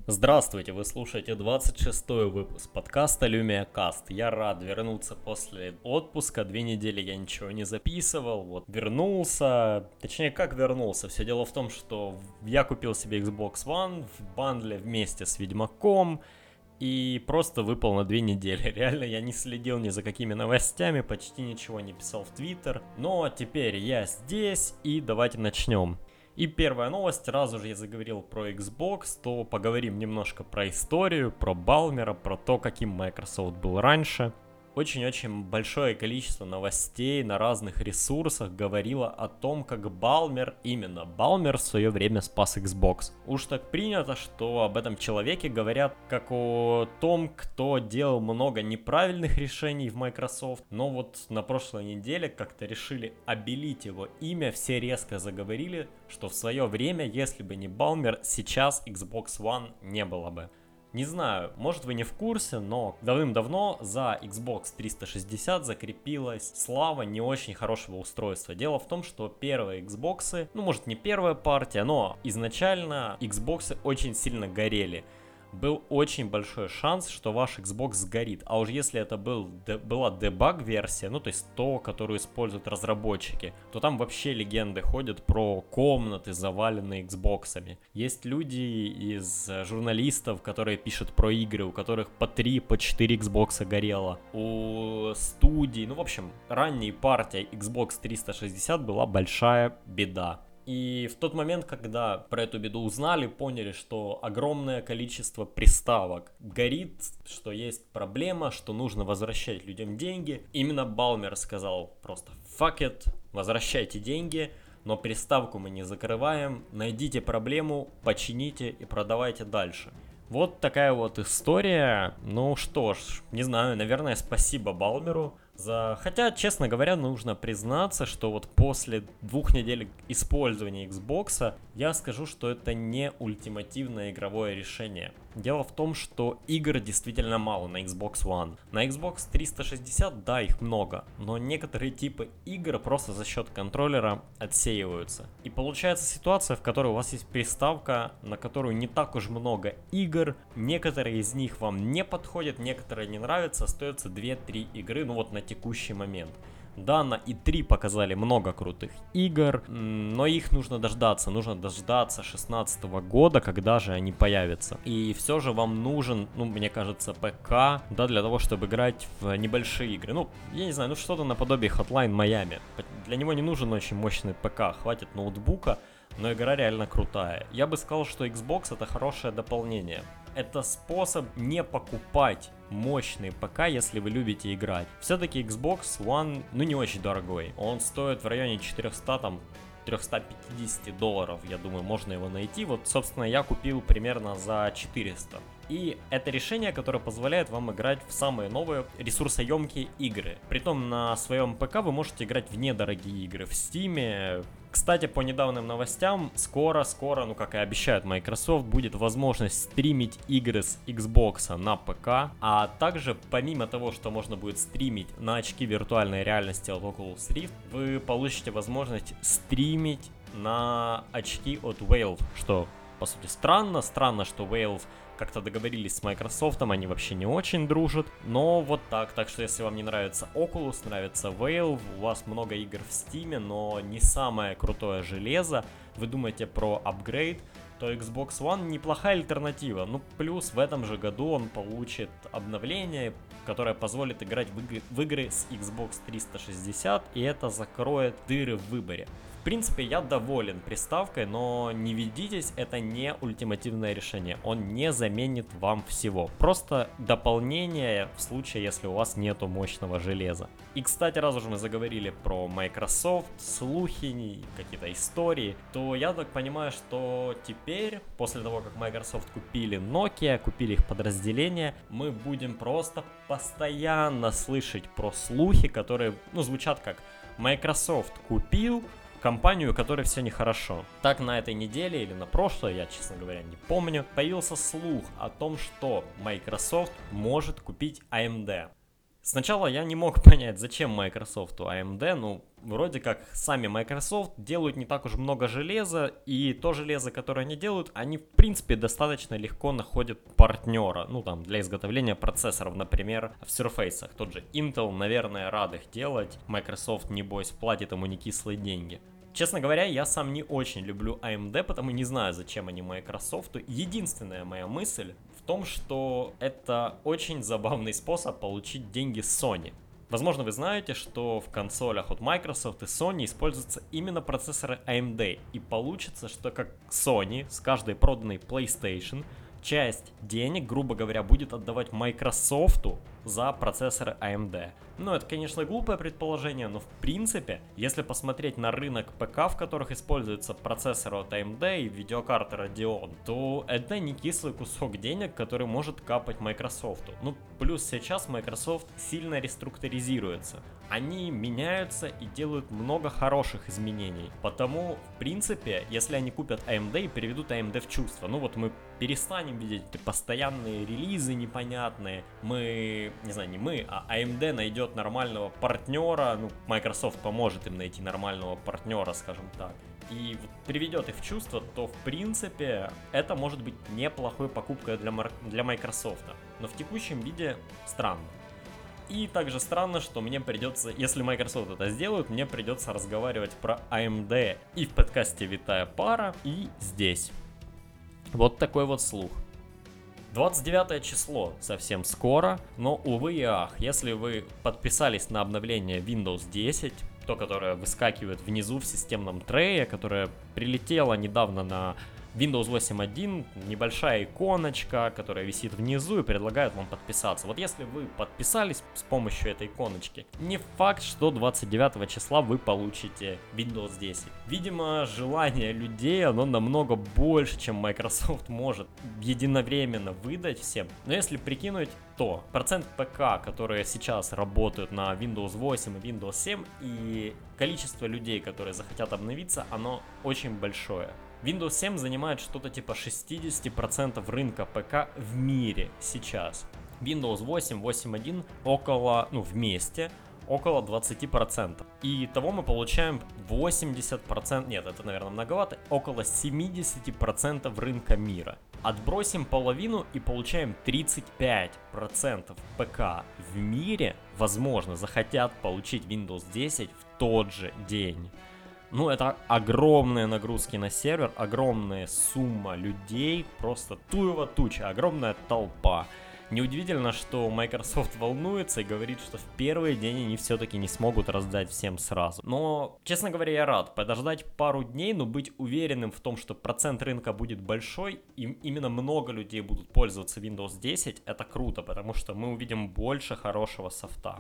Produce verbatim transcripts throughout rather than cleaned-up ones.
Здравствуйте, вы слушаете двадцать шестой выпуск подкаста Lumia Cast. Я рад вернуться после отпуска, две недели я ничего не записывал, вот вернулся, точнее как вернулся, все дело в том, что я купил себе Xbox One в бандле вместе с Ведьмаком и просто выпал на две недели. Реально я не следил ни за какими новостями, почти ничего не писал в Twitter, но теперь я здесь и давайте начнем. И первая новость, раз уже я заговорил про Xbox, то поговорим немножко про историю, про Балмера, про то, каким Microsoft был раньше. Очень-очень большое количество новостей на разных ресурсах говорило о том, как Балмер, именно Балмер в свое время спас Xbox. Уж так принято, что об этом человеке говорят как о том, кто делал много неправильных решений в Microsoft. Но вот на прошлой неделе как-то решили обелить его имя, все резко заговорили, что в свое время, если бы не Балмер, сейчас Xbox One не было бы. Не знаю, может вы не в курсе, но давным-давно за Xbox триста шестьдесят закрепилась слава не очень хорошего устройства. Дело в том, что первые Xbox, ну может не первая партия, но изначально Xbox очень сильно горели. Был очень большой шанс, что ваш Xbox сгорит. А уж если это был, де, была дебаг-версия, ну то есть то, которую используют разработчики, то там вообще легенды ходят про комнаты, заваленные Xbox'ами. Есть люди из журналистов, которые пишут про игры, у которых по три, по четыре Xbox'a горело. У студий, ну в общем, ранней партии Xbox триста шестьдесят была большая беда. И в тот момент, когда про эту беду узнали, поняли, что огромное количество приставок горит, что есть проблема, что нужно возвращать людям деньги. Именно Балмер сказал просто fuck it, возвращайте деньги, но приставку мы не закрываем, найдите проблему, почините и продавайте дальше. Вот такая вот история. Ну что ж, не знаю, наверное, спасибо Балмеру за... Хотя, честно говоря, нужно признаться, что вот после двух недель использования Xbox я скажу, что это не ультимативное игровое решение. Дело в том, что игр действительно мало на Xbox One. На Xbox триста шестьдесят, да, их много, но некоторые типы игр просто за счет контроллера отсеиваются. И получается ситуация, в которой у вас есть приставка, на которую не так уж много игр, некоторые из них вам не подходят, некоторые не нравятся, остается две-три игры, ну вот на текущий момент. Да, на и три показали много крутых игр, но их нужно дождаться. Нужно дождаться шестнадцатого года, когда же они появятся. И все же вам нужен, ну, мне кажется, ПК, да, для того, чтобы играть в небольшие игры. Ну, я не знаю, ну что-то наподобие Hotline Miami. Для него не нужен очень мощный ПК, хватит ноутбука, но игра реально крутая. Я бы сказал, что Xbox это хорошее дополнение. Это способ не покупать мощный ПК, если вы любите играть. Все-таки Xbox One, ну, не очень дорогой. Он стоит в районе четыреста, там, триста пятьдесят долларов, я думаю, можно его найти. Вот, собственно, я купил примерно за четыреста. И это решение, которое позволяет вам играть в самые новые ресурсоемкие игры. Притом на своем ПК вы можете играть в недорогие игры в Steam. Кстати, по недавним новостям, скоро-скоро, ну как и обещают Microsoft, будет возможность стримить игры с Xbox на ПК. А также, помимо того, что можно будет стримить на очки виртуальной реальности от Oculus Rift, вы получите возможность стримить на очки от Valve, что, по сути, странно. Странно, что Valve как-то договорились с Microsoft, они вообще не очень дружат, но вот так. Так что если вам не нравится Oculus, нравится Valve, у вас много игр в Steam, но не самое крутое железо, вы думаете про апгрейд, то Xbox One неплохая альтернатива. Ну, плюс в этом же году он получит обновление, которое позволит играть в игры, в игры с Xbox триста шестьдесят, и это закроет дыры в выборе. В принципе, я доволен приставкой, но не ведитесь, это не ультимативное решение. Он не заменит вам всего. Просто дополнение в случае, если у вас нету мощного железа. И, кстати, раз уже мы заговорили про Microsoft, слухи, какие-то истории, то я так понимаю, что теперь, после того, как Microsoft купили Nokia, купили их подразделения, мы будем просто постоянно слышать про слухи, которые, ну, звучат как Microsoft купил компанию, у которой все нехорошо. Так, на этой неделе или на прошлой, я, честно говоря, не помню, появился слух о том, что Microsoft может купить эй эм ди. Сначала я не мог понять, зачем Microsoft эй эм ди, ну, вроде как сами Microsoft делают не так уж много железа, и то железо, которое они делают, они, в принципе, достаточно легко находят партнера, ну, там, для изготовления процессоров, например, в Surface. Тот же Intel, наверное, рад их делать, Microsoft, небось, платит ему не кислые деньги. Честно говоря, я сам не очень люблю эй эм ди, потому не знаю, зачем они Microsoft. Единственная моя мысль в том, что это очень забавный способ получить деньги с Sony. Возможно, вы знаете, что в консолях от Microsoft и Sony используются именно процессоры эй эм ди. И получится, что как Sony с каждой проданной PlayStation часть денег, грубо говоря, будет отдавать Microsoft за процессоры эй эм ди. Ну, это, конечно, глупое предположение, но в принципе, если посмотреть на рынок ПК, в которых используются процессоры от эй эм ди и видеокарты Radeon, то это не кислый кусок денег, который может капать Microsoft. Ну, плюс сейчас Microsoft сильно реструктуризируется. Они меняются и делают много хороших изменений. Потому, в принципе, если они купят эй эм ди и переведут эй эм ди в чувство, ну вот мы перестанем видеть эти постоянные релизы непонятные, мы, не знаю, не мы, а эй эм ди найдет нормального партнера, ну, Microsoft поможет им найти нормального партнера, скажем так, и вот приведет их в чувство, то, в принципе, это может быть неплохой покупкой для, для Microsoft. Но в текущем виде странно. И также странно, что мне придется, если Microsoft это сделают, мне придется разговаривать про эй эм ди и в подкасте «Витая пара», и здесь. Вот такой вот слух. двадцать девятое число совсем скоро, но увы и ах, если вы подписались на обновление Windows десять, то, которое выскакивает внизу в системном трее, которое прилетело недавно на Windows восемь точка один, небольшая иконочка, которая висит внизу и предлагает вам подписаться. Вот если вы подписались с помощью этой иконочки, не факт, что двадцать девятого числа вы получите Windows десять. Видимо, желание людей, оно намного больше, чем Microsoft может единовременно выдать всем. Но если прикинуть, то процент ПК, которые сейчас работают на Windows восемь и Windows семь, и количество людей, которые захотят обновиться, оно очень большое. Windows семь занимает что-то типа шестьдесят процентов рынка ПК в мире сейчас. Windows восемь, восемь точка один около, ну вместе, около двадцать процентов. И того мы получаем восемьдесят процентов, нет, это, наверное, многовато, около семьдесят процентов рынка мира. Отбросим половину и получаем тридцать пять процентов ПК в мире, возможно, захотят получить Windows десять в тот же день. Ну, это огромные нагрузки на сервер, огромная сумма людей, просто туева туча, огромная толпа. Неудивительно, что Microsoft волнуется и говорит, что в первый день они все-таки не смогут раздать всем сразу. Но, честно говоря, я рад подождать пару дней, но быть уверенным в том, что процент рынка будет большой, и именно много людей будут пользоваться Windows десять, это круто, потому что мы увидим больше хорошего софта.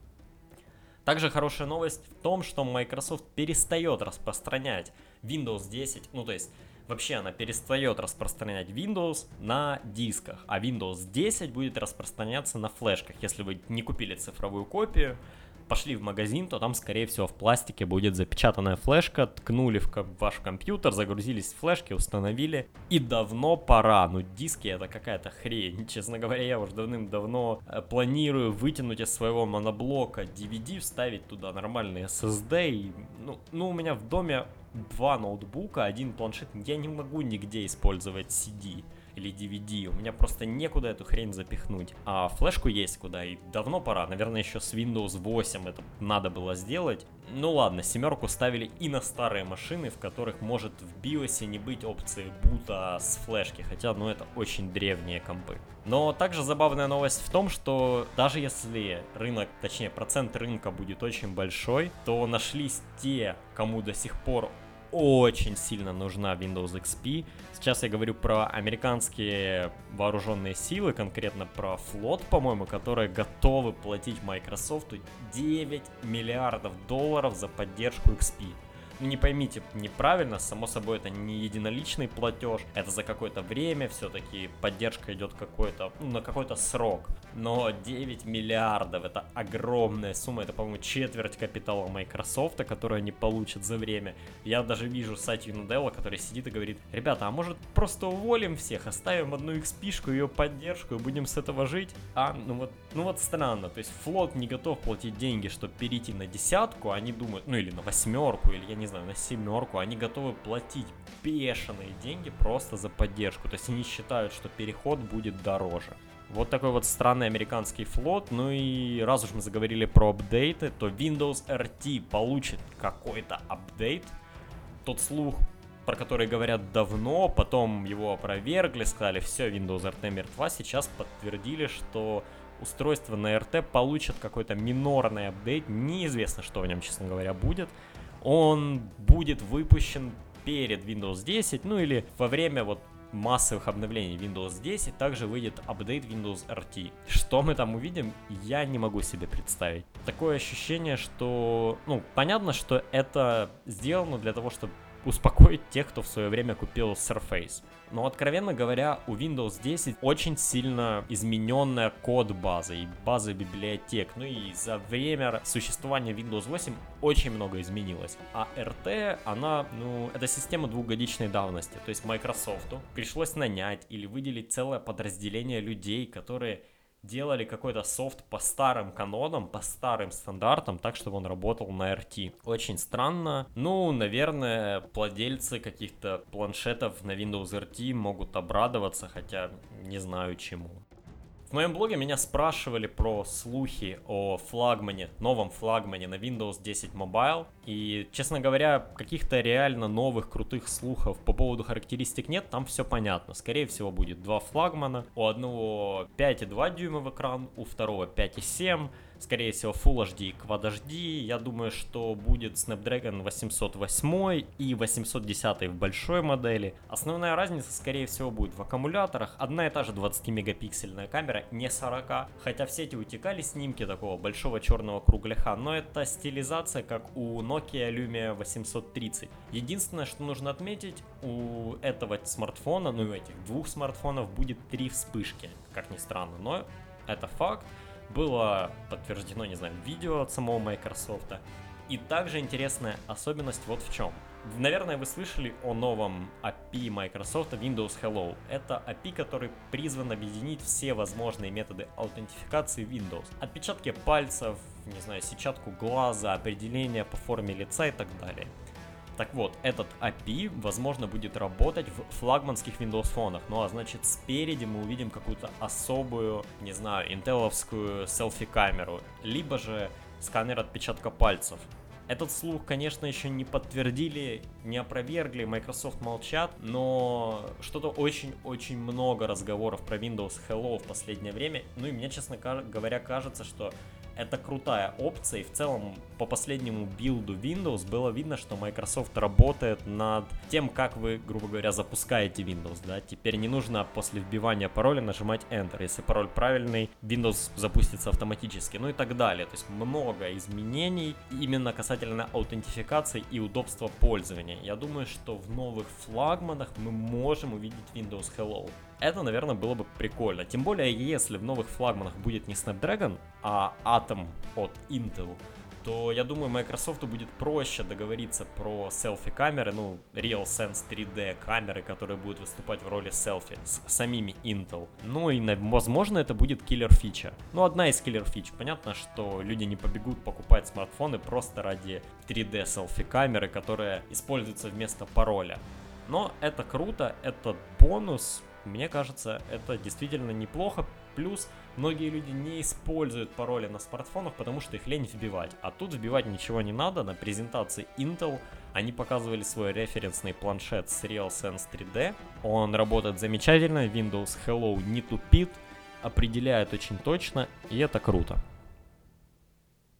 Также хорошая новость в том, что Microsoft перестает распространять Windows десять, ну то есть вообще она перестает распространять Windows на дисках, а Windows десять будет распространяться на флешках. Если вы не купили цифровую копию, пошли в магазин, то там, скорее всего, в пластике будет запечатанная флешка, ткнули в ваш компьютер, загрузились в флешки, установили. И давно пора, ну диски это какая-то хрень. Честно говоря, я уже давным-давно планирую вытянуть из своего моноблока ди ви ди, вставить туда нормальный эс эс ди. И, ну, ну, у меня в доме два ноутбука, один планшет, я не могу нигде использовать си ди или ди ви ди, у меня просто некуда эту хрень запихнуть. А флешку есть куда, и давно пора. Наверное, еще с Windows восемь это надо было сделать. Ну ладно, семерку ставили и на старые машины, в которых может в биосе не быть опции бута с флешки, хотя, ну, это очень древние компы. Но также забавная новость в том, что даже если рынок, точнее процент рынка будет очень большой, то нашлись те, кому до сих пор очень сильно нужна Windows икс пи. Сейчас я говорю про американские вооруженные силы, конкретно про флот, по-моему, которые готовы платить Microsoft девять миллиардов долларов за поддержку икс пи. не поймите неправильно, само собой это не единоличный платеж, это за какое-то время, все-таки поддержка идет какой-то, ну, на какой-то срок. Но девять миллиардов это огромная сумма, это, по-моему, четверть капитала Microsoft, которую они получат за время. Я даже вижу Сатью Наделла, который сидит и говорит: ребята, а может просто уволим всех, оставим одну икс пи-шку, ее поддержку и будем с этого жить? А, ну вот, ну вот странно, то есть флот не готов платить деньги, чтобы перейти на десятку, они думают, ну или на восьмерку, или я не знаю, на семерку, они готовы платить бешеные деньги просто за поддержку, то есть они считают, что переход будет дороже. Вот такой вот странный американский флот. Ну и раз уж мы заговорили про апдейты, то Windows эр ти получит какой-то апдейт. Тот слух, про который говорят давно, потом его опровергли, сказали: все, Windows эр ти мертва. Сейчас подтвердили, что устройство на эр ти получит какой-то минорный апдейт. Неизвестно, что в нем, честно говоря, будет. Он будет выпущен перед Windows десять, ну или во время вот массовых обновлений Windows десять также выйдет апдейт Windows эр ти. Что мы там увидим, я не могу себе представить. Такое ощущение, что, ну, понятно, что это сделано для того, чтобы успокоить тех, кто в свое время купил Surface. Но, откровенно говоря, у Windows десять очень сильно измененная код-база и база библиотек. Ну и за время существования Windows восемь очень много изменилось. А эр ти, она, ну, это система двухгодичной давности. То есть Microsoft пришлось нанять или выделить целое подразделение людей, которые делали какой-то софт по старым канонам, по старым стандартам, так, чтобы он работал на эр ти. Очень странно. Ну, наверное, владельцы каких-то планшетов на Windows эр ти могут обрадоваться, хотя не знаю чему. В моем блоге меня спрашивали про слухи о флагмане, новом флагмане на Windows десять Mobile. И, честно говоря, каких-то реально новых крутых слухов по поводу характеристик нет, там все понятно. Скорее всего, будет два флагмана. У одного пять и два дюйма в экран, у второго пять и семь. Скорее всего, Full эйч ди и Quad эйч ди. Я думаю, что будет Snapdragon восемьсот восемь и восемьсот десять в большой модели. Основная разница, скорее всего, будет в аккумуляторах. Одна и та же двадцатимегапиксельная камера, не сорок. Хотя в сети утекали снимки такого большого черного кругляша, но это стилизация, как у Nokia Lumia восемьсот тридцать. Единственное, что нужно отметить, у этого смартфона, ну и у этих двух смартфонов будет три вспышки, как ни странно, но это факт. Было подтверждено, не знаю, видео от самого Microsoft. И также интересная особенность вот в чем. Наверное, вы слышали о новом эй пи ай Microsoft Windows Hello. Это эй пи ай, который призван объединить все возможные методы аутентификации Windows. Отпечатки пальцев, не знаю, сетчатку глаза, определение по форме лица и так далее. Так вот, этот эй пи ай, возможно, будет работать в флагманских Windows фонах. Ну а значит, спереди мы увидим какую-то особую, не знаю, интеловскую селфи-камеру, либо же сканер отпечатка пальцев. Этот слух, конечно, еще не подтвердили, не опровергли, Microsoft молчат, но что-то очень-очень много разговоров про Windows Hello в последнее время. Ну и мне, честно говоря, кажется, что это крутая опция, и в целом по последнему билду Windows было видно, что Microsoft работает над тем, как вы, грубо говоря, запускаете Windows, да, теперь не нужно после вбивания пароля нажимать Enter, если пароль правильный, Windows запустится автоматически, ну и так далее, то есть много изменений именно касательно аутентификации и удобства пользования. Я думаю, что в новых флагманах мы можем увидеть Windows Hello. Это, наверное, было бы прикольно. Тем более, если в новых флагманах будет не Snapdragon, а Atom от Intel, то, я думаю, Microsoft будет проще договориться про селфи-камеры, ну, RealSense три дэ камеры, которые будут выступать в роли селфи с самими Intel. Ну и, возможно, это будет киллер-фича. Ну, одна из киллер-фич. Понятно, что люди не побегут покупать смартфоны просто ради три дэ селфи-камеры, которая используется вместо пароля. Но это круто, это бонус. Мне кажется, это действительно неплохо. Плюс многие люди не используют пароли на смартфонах, потому что их лень вбивать. А тут вбивать ничего не надо. На презентации Intel они показывали свой референсный планшет с RealSense три дэ. Он работает замечательно, Windows Hello не тупит, определяет очень точно, и это круто.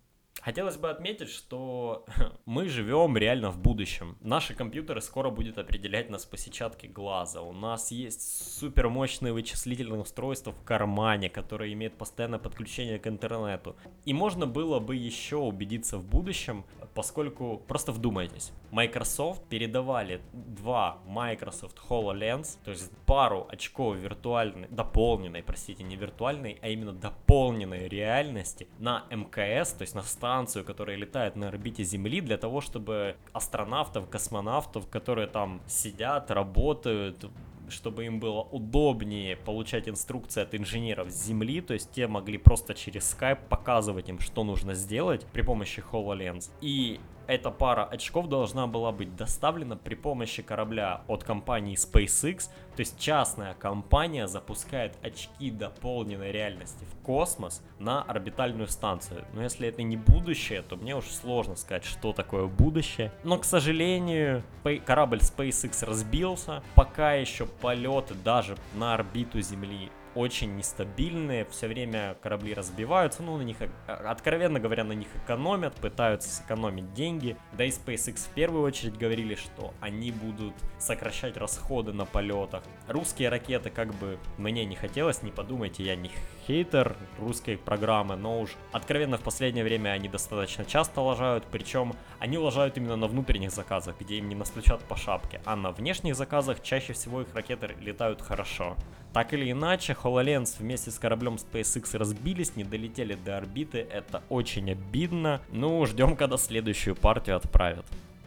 Хотелось бы отметить, что мы живем реально в будущем. Наши компьютеры скоро будут определять нас по сетчатке глаза. У нас есть супермощные вычислительные устройства в кармане, которые имеют постоянное подключение к интернету. И можно было бы еще убедиться в будущем, поскольку, просто вдумайтесь, Microsoft передавали два Microsoft HoloLens, то есть пару очков виртуальной, дополненной, простите, не виртуальной, а именно дополненной реальности на эм ка эс, то есть на станцию, которая летает на орбите Земли, для того, чтобы астронавтов, космонавтов, которые там сидят, работают, чтобы им было удобнее получать инструкции от инженеров с Земли, то есть те могли просто через Skype показывать им, что нужно сделать при помощи HoloLens. И эта пара очков должна была быть доставлена при помощи корабля от компании SpaceX, то есть частная компания запускает очки дополненной реальности в космос на орбитальную станцию. Но если это не будущее, то мне уж сложно сказать, что такое будущее. Но, к сожалению, корабль SpaceX разбился, пока еще полеты даже на орбиту Земли очень нестабильные, все время корабли разбиваются, ну, на них, откровенно говоря, на них экономят, пытаются сэкономить деньги, да и SpaceX в первую очередь говорили, что они будут сокращать расходы на полетах. Русские ракеты, как бы мне не хотелось, не подумайте, я не хейтер русской программы, но уж откровенно в последнее время они достаточно часто лажают, причем они лажают именно на внутренних заказах, где им не настучат по шапке, а на внешних заказах чаще всего их ракеты летают хорошо. Так или иначе, HoloLens вместе с кораблем SpaceX разбились, не долетели до орбиты, это очень обидно. Ну, ждем, когда следующую партию отправят.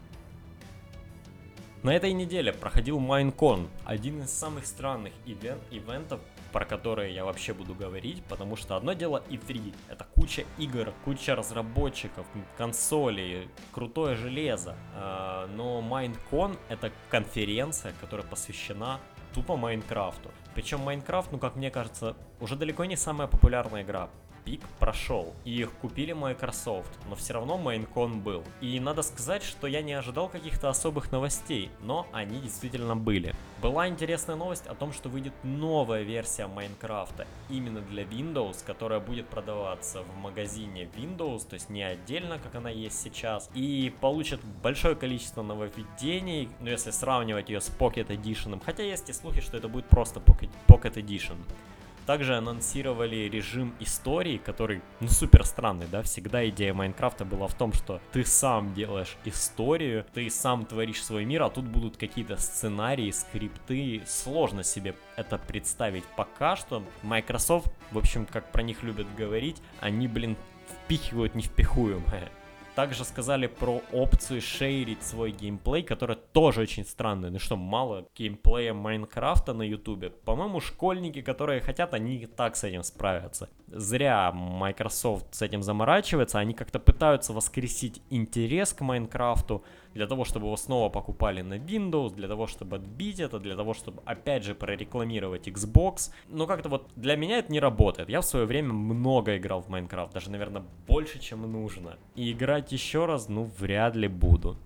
На этой неделе проходил Minecon, один из самых странных ивен- ивентов, про которые я вообще буду говорить, потому что одно дело и три, это куча игр, куча разработчиков, консолей, крутое железо, но Minecon это конференция, которая посвящена тупо Майнкрафту. Причем Майнкрафт, ну как мне кажется, уже далеко не самая популярная игра. Пик прошел, и их купили Microsoft, но все равно Майнкон был. И надо сказать, что я не ожидал каких-то особых новостей, но они действительно были. Была интересная новость о том, что выйдет новая версия Майнкрафта именно для Windows, которая будет продаваться в магазине Windows, то есть не отдельно, как она есть сейчас, и получит большое количество нововведений, ну если сравнивать ее с Pocket Edition, хотя есть и слухи, что это будет просто Pocket, Pocket Edition. Также анонсировали режим истории, который, ну, супер странный, да, всегда идея Майнкрафта была в том, что ты сам делаешь историю, ты сам творишь свой мир, а тут будут какие-то сценарии, скрипты, сложно себе это представить пока что. Microsoft, в общем, как про них любят говорить, они, блин, впихивают невпихуемое. Также сказали про опцию шерить свой геймплей, которая тоже очень странная. Ну что, мало геймплея Майнкрафта на ютубе? По-моему, школьники, которые хотят, они и так с этим справятся. Зря Microsoft с этим заморачивается, они как-то пытаются воскресить интерес к Майнкрафту, для того, чтобы его снова покупали на Windows, для того, чтобы отбить это, для того, чтобы опять же прорекламировать Xbox. Но как-то вот для меня это не работает. Я в свое время много играл в Майнкрафт, даже, наверное, больше, чем нужно. И играть еще раз, ну, вряд ли буду.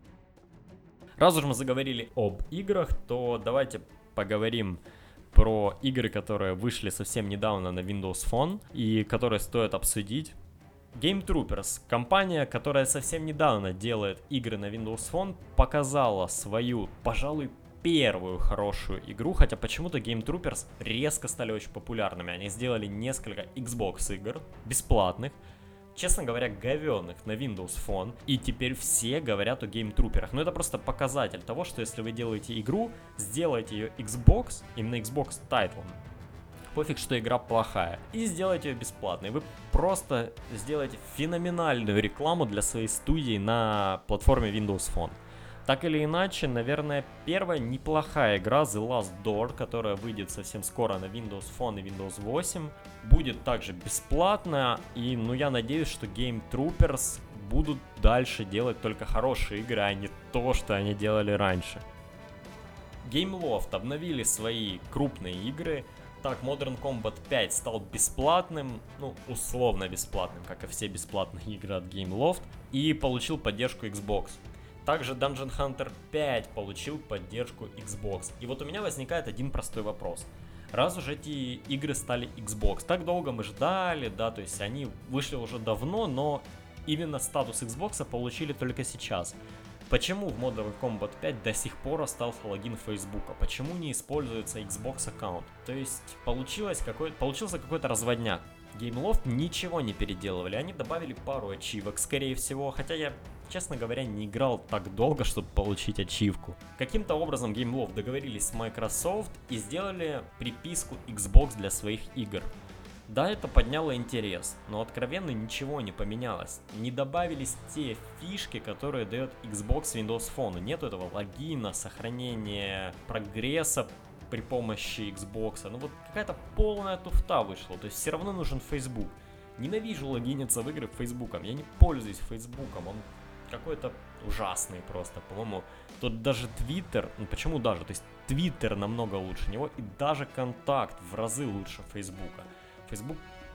Раз уж мы заговорили об играх, то давайте поговорим про игры, которые вышли совсем недавно на Windows Phone и которые стоит обсудить. Game Troopers, компания, которая совсем недавно делает игры на Windows Phone, показала свою, пожалуй, первую хорошую игру, хотя почему-то Game Troopers резко стали очень популярными. Они сделали несколько Xbox игр, бесплатных, честно говоря, говёных на Windows Phone, и теперь все говорят о Game Trooper'ах. Но это просто показатель того, что если вы делаете игру, сделайте ее Xbox, именно Xbox тайтлом. Пофиг, что игра плохая. И сделайте ее бесплатной. Вы просто сделаете феноменальную рекламу для своей студии на платформе Windows Phone. Так или иначе, наверное, первая неплохая игра The Last Door, которая выйдет совсем скоро на Windows Phone и Windows восемь, будет также бесплатная. И, ну, я надеюсь, что Game Troopers будут дальше делать только хорошие игры, а не то, что они делали раньше. Gameloft обновили свои крупные игры. Так, Modern Combat пять стал бесплатным, ну, условно бесплатным, как и все бесплатные игры от Gameloft, и получил поддержку Xbox. Также Dungeon Hunter пять получил поддержку Xbox. И вот у меня возникает один простой вопрос. Раз уж эти игры стали Xbox, так долго мы ждали, да, то есть они вышли уже давно, но именно статус Xbox получили только сейчас. Почему в Modern Combat пять до сих пор остался логин Фейсбука? Почему не используется Xbox аккаунт? То есть получилось какой- получился какой-то разводняк. Gameloft ничего не переделывали, они добавили пару ачивок, скорее всего, хотя я, честно говоря, не играл так долго, чтобы получить ачивку. Каким-то образом Gameloft договорились с Microsoft и сделали приписку Xbox для своих игр. Да, это подняло интерес, но откровенно ничего не поменялось. Не добавились те фишки, которые дает Xbox Windows Phone. Нету этого логина, сохранения прогресса при помощи Xbox. Ну вот какая-то полная туфта вышла. То есть все равно нужен Facebook. Ненавижу логиниться в игры Фейсбуком. Я не пользуюсь Фейсбуком. Он какой-то ужасный просто. По-моему, тут даже Twitter... Ну почему даже? То есть Twitter намного лучше него. И даже Контакт в разы лучше Фейсбука. Facebook...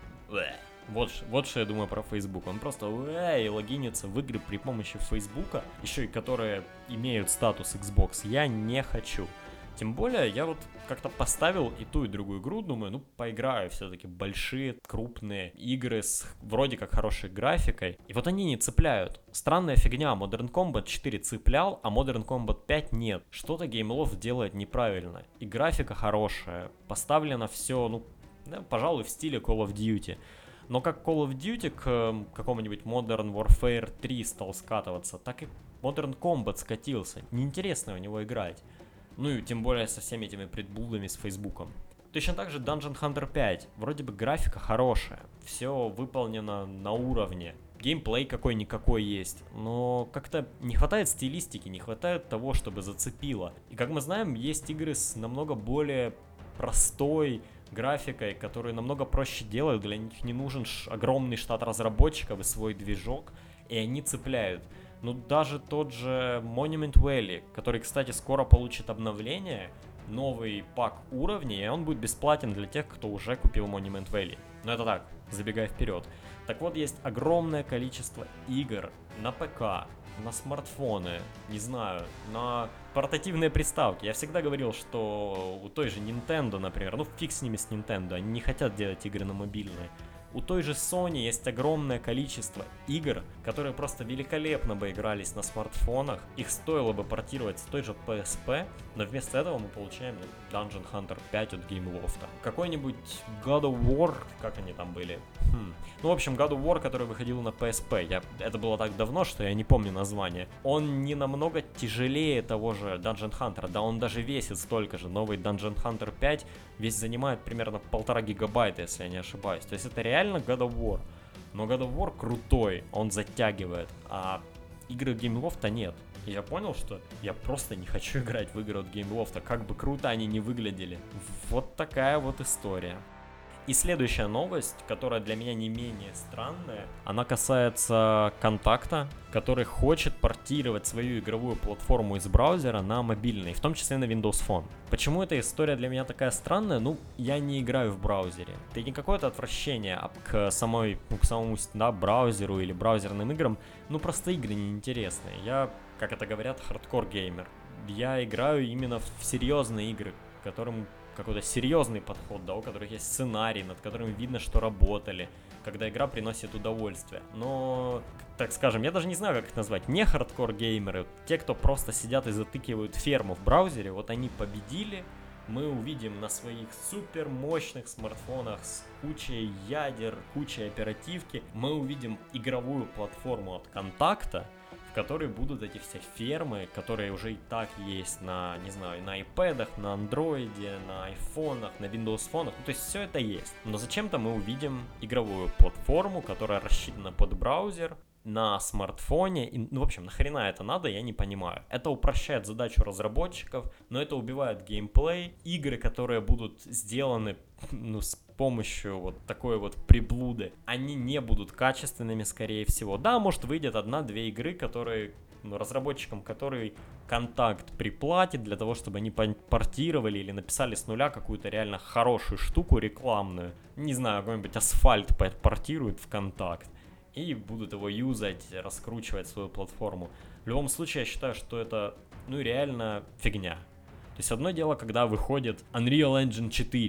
Вот, вот что я думаю про Facebook. Он просто и логинится в игры при помощи Фейсбука, еще и которые имеют статус Xbox, я не хочу. Тем более, я вот как-то поставил и ту, и другую игру, думаю, ну, поиграю все-таки большие, крупные игры с вроде как хорошей графикой. И вот они не цепляют. Странная фигня, Modern Combat четыре цеплял, а Modern Combat пять нет. Что-то Gameloft делает неправильно. И графика хорошая, поставлено все, ну, да, пожалуй, в стиле Call of Duty. Но как Call of Duty к какому-нибудь Modern Warfare три стал скатываться, так и Modern Combat скатился. Неинтересно у него играть. Ну и тем более со всеми этими предблудами с Фейсбуком. Точно так же Dungeon Hunter пять. Вроде бы графика хорошая. Все выполнено на уровне. Геймплей какой-никакой есть. Но как-то не хватает стилистики, не хватает того, чтобы зацепило. И как мы знаем, есть игры с намного более простой графикой, которые намного проще делают. Для них не нужен огромный штат разработчиков и свой движок. И они цепляют. Ну, даже тот же Monument Valley, который, кстати, скоро получит обновление, новый пак уровней, и он будет бесплатен для тех, кто уже купил Monument Valley. Но это так, забегая вперед. Так вот, есть огромное количество игр на ПК, на смартфоны, не знаю, на портативные приставки. Я всегда говорил, что у той же Nintendo, например, ну фиг с ними с Nintendo, они не хотят делать игры на мобильные. У той же Sony есть огромное количество игр, которые просто великолепно бы игрались на смартфонах. Их стоило бы портировать с той же пи эс пи, но вместо этого мы получаем Dungeon Hunter пять от Gameloft. Какой-нибудь God of War, как они там были? Хм. Ну, в общем, God of War, который выходил на пи эс пи, я... это было так давно, что я не помню название. Он не намного тяжелее того же Dungeon Hunter, да он даже весит столько же. Новый Dungeon Hunter пять весь занимает примерно полтора гигабайта, если я не ошибаюсь. То есть это реально God of War. Но God of War крутой, он затягивает, а игры Gameloft нет. И я понял, что я просто не хочу играть в игры от Gameloft, как бы круто они ни выглядели. Вот такая вот история. И следующая новость, которая для меня не менее странная, она касается Контакта, который хочет портировать свою игровую платформу из браузера на мобильный, в том числе на Windows Phone. Почему эта история для меня такая странная? Ну, я не играю в браузере. Это не какое-то отвращение к самой, ну, к самому, да, браузеру или браузерным играм. Ну, просто игры неинтересные. Я, как это говорят, хардкор-геймер. Я играю именно в серьезные игры, которым какой-то серьезный подход, да, у которых есть сценарий, над которым видно, что работали, когда игра приносит удовольствие. Но, так скажем, я даже не знаю, как их назвать, не хардкор-геймеры, те, кто просто сидят и затыкивают ферму в браузере, вот они победили, мы увидим на своих супер мощных смартфонах с кучей ядер, кучей оперативки, мы увидим игровую платформу от Контакта, в которой будут эти все фермы, которые уже и так есть на, не знаю, на iPad'ах, на андроиде, на айфонах, на Windows Phone. Ну, то есть все это есть. Но зачем-то мы увидим игровую платформу, которая рассчитана под браузер, на смартфоне. И, ну, в общем, нахрена это надо, я не понимаю. Это упрощает задачу разработчиков, но это убивает геймплей. Игры, которые будут сделаны, ну, с помощью вот такой вот приблуды, они не будут качественными, скорее всего. Да, может, выйдет одна-две игры, которые, ну, разработчикам, которые Контакт приплатит для того, чтобы они портировали или написали с нуля какую-то реально хорошую штуку рекламную. Не знаю, какой-нибудь Асфальт портирует в Контакт и будут его юзать, раскручивать свою платформу. В любом случае, я считаю, что это, ну, реально фигня. То есть одно дело, когда выходит Unreal Engine четыре, и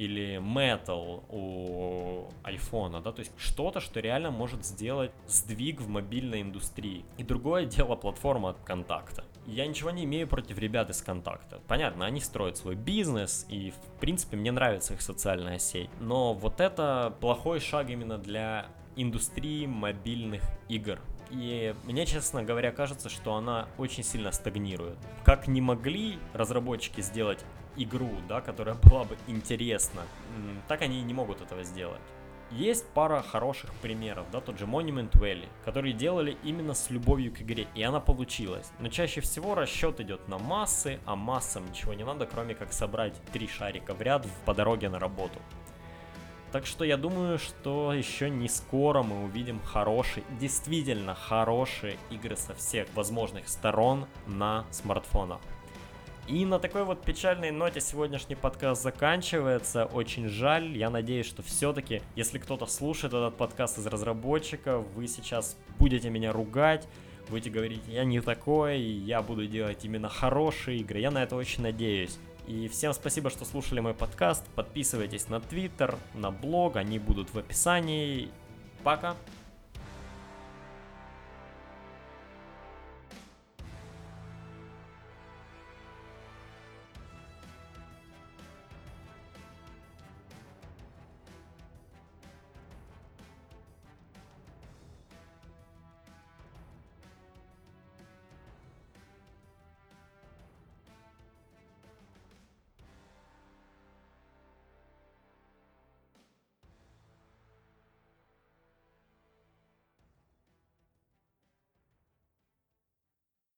или Metal у айфона, да, то есть что-то, что реально может сделать сдвиг в мобильной индустрии. И другое дело платформа от Контакта. Я ничего не имею против ребят из Контакта. Понятно, они строят свой бизнес, и, в принципе, мне нравится их социальная сеть. Но вот это плохой шаг именно для индустрии мобильных игр. И мне, честно говоря, кажется, что она очень сильно стагнирует. Как не могли разработчики сделать игру, да, которая была бы интересна, так они и не могут этого сделать. Есть пара хороших примеров, да, тот же Monument Valley, которые делали именно с любовью к игре, и она получилась. Но чаще всего расчет идет на массы, а массам ничего не надо, кроме как собрать три шарика в ряд по дороге на работу. Так что я думаю, что еще не скоро мы увидим хорошие, действительно хорошие игры со всех возможных сторон на смартфонах. И на такой вот печальной ноте сегодняшний подкаст заканчивается. Очень жаль. Я надеюсь, что все-таки, если кто-то слушает этот подкаст из разработчиков, вы сейчас будете меня ругать, будете говорить, я не такой, я буду делать именно хорошие игры. Я на это очень надеюсь. И всем спасибо, что слушали мой подкаст. Подписывайтесь на Твиттер, на блог, они будут в описании. Пока!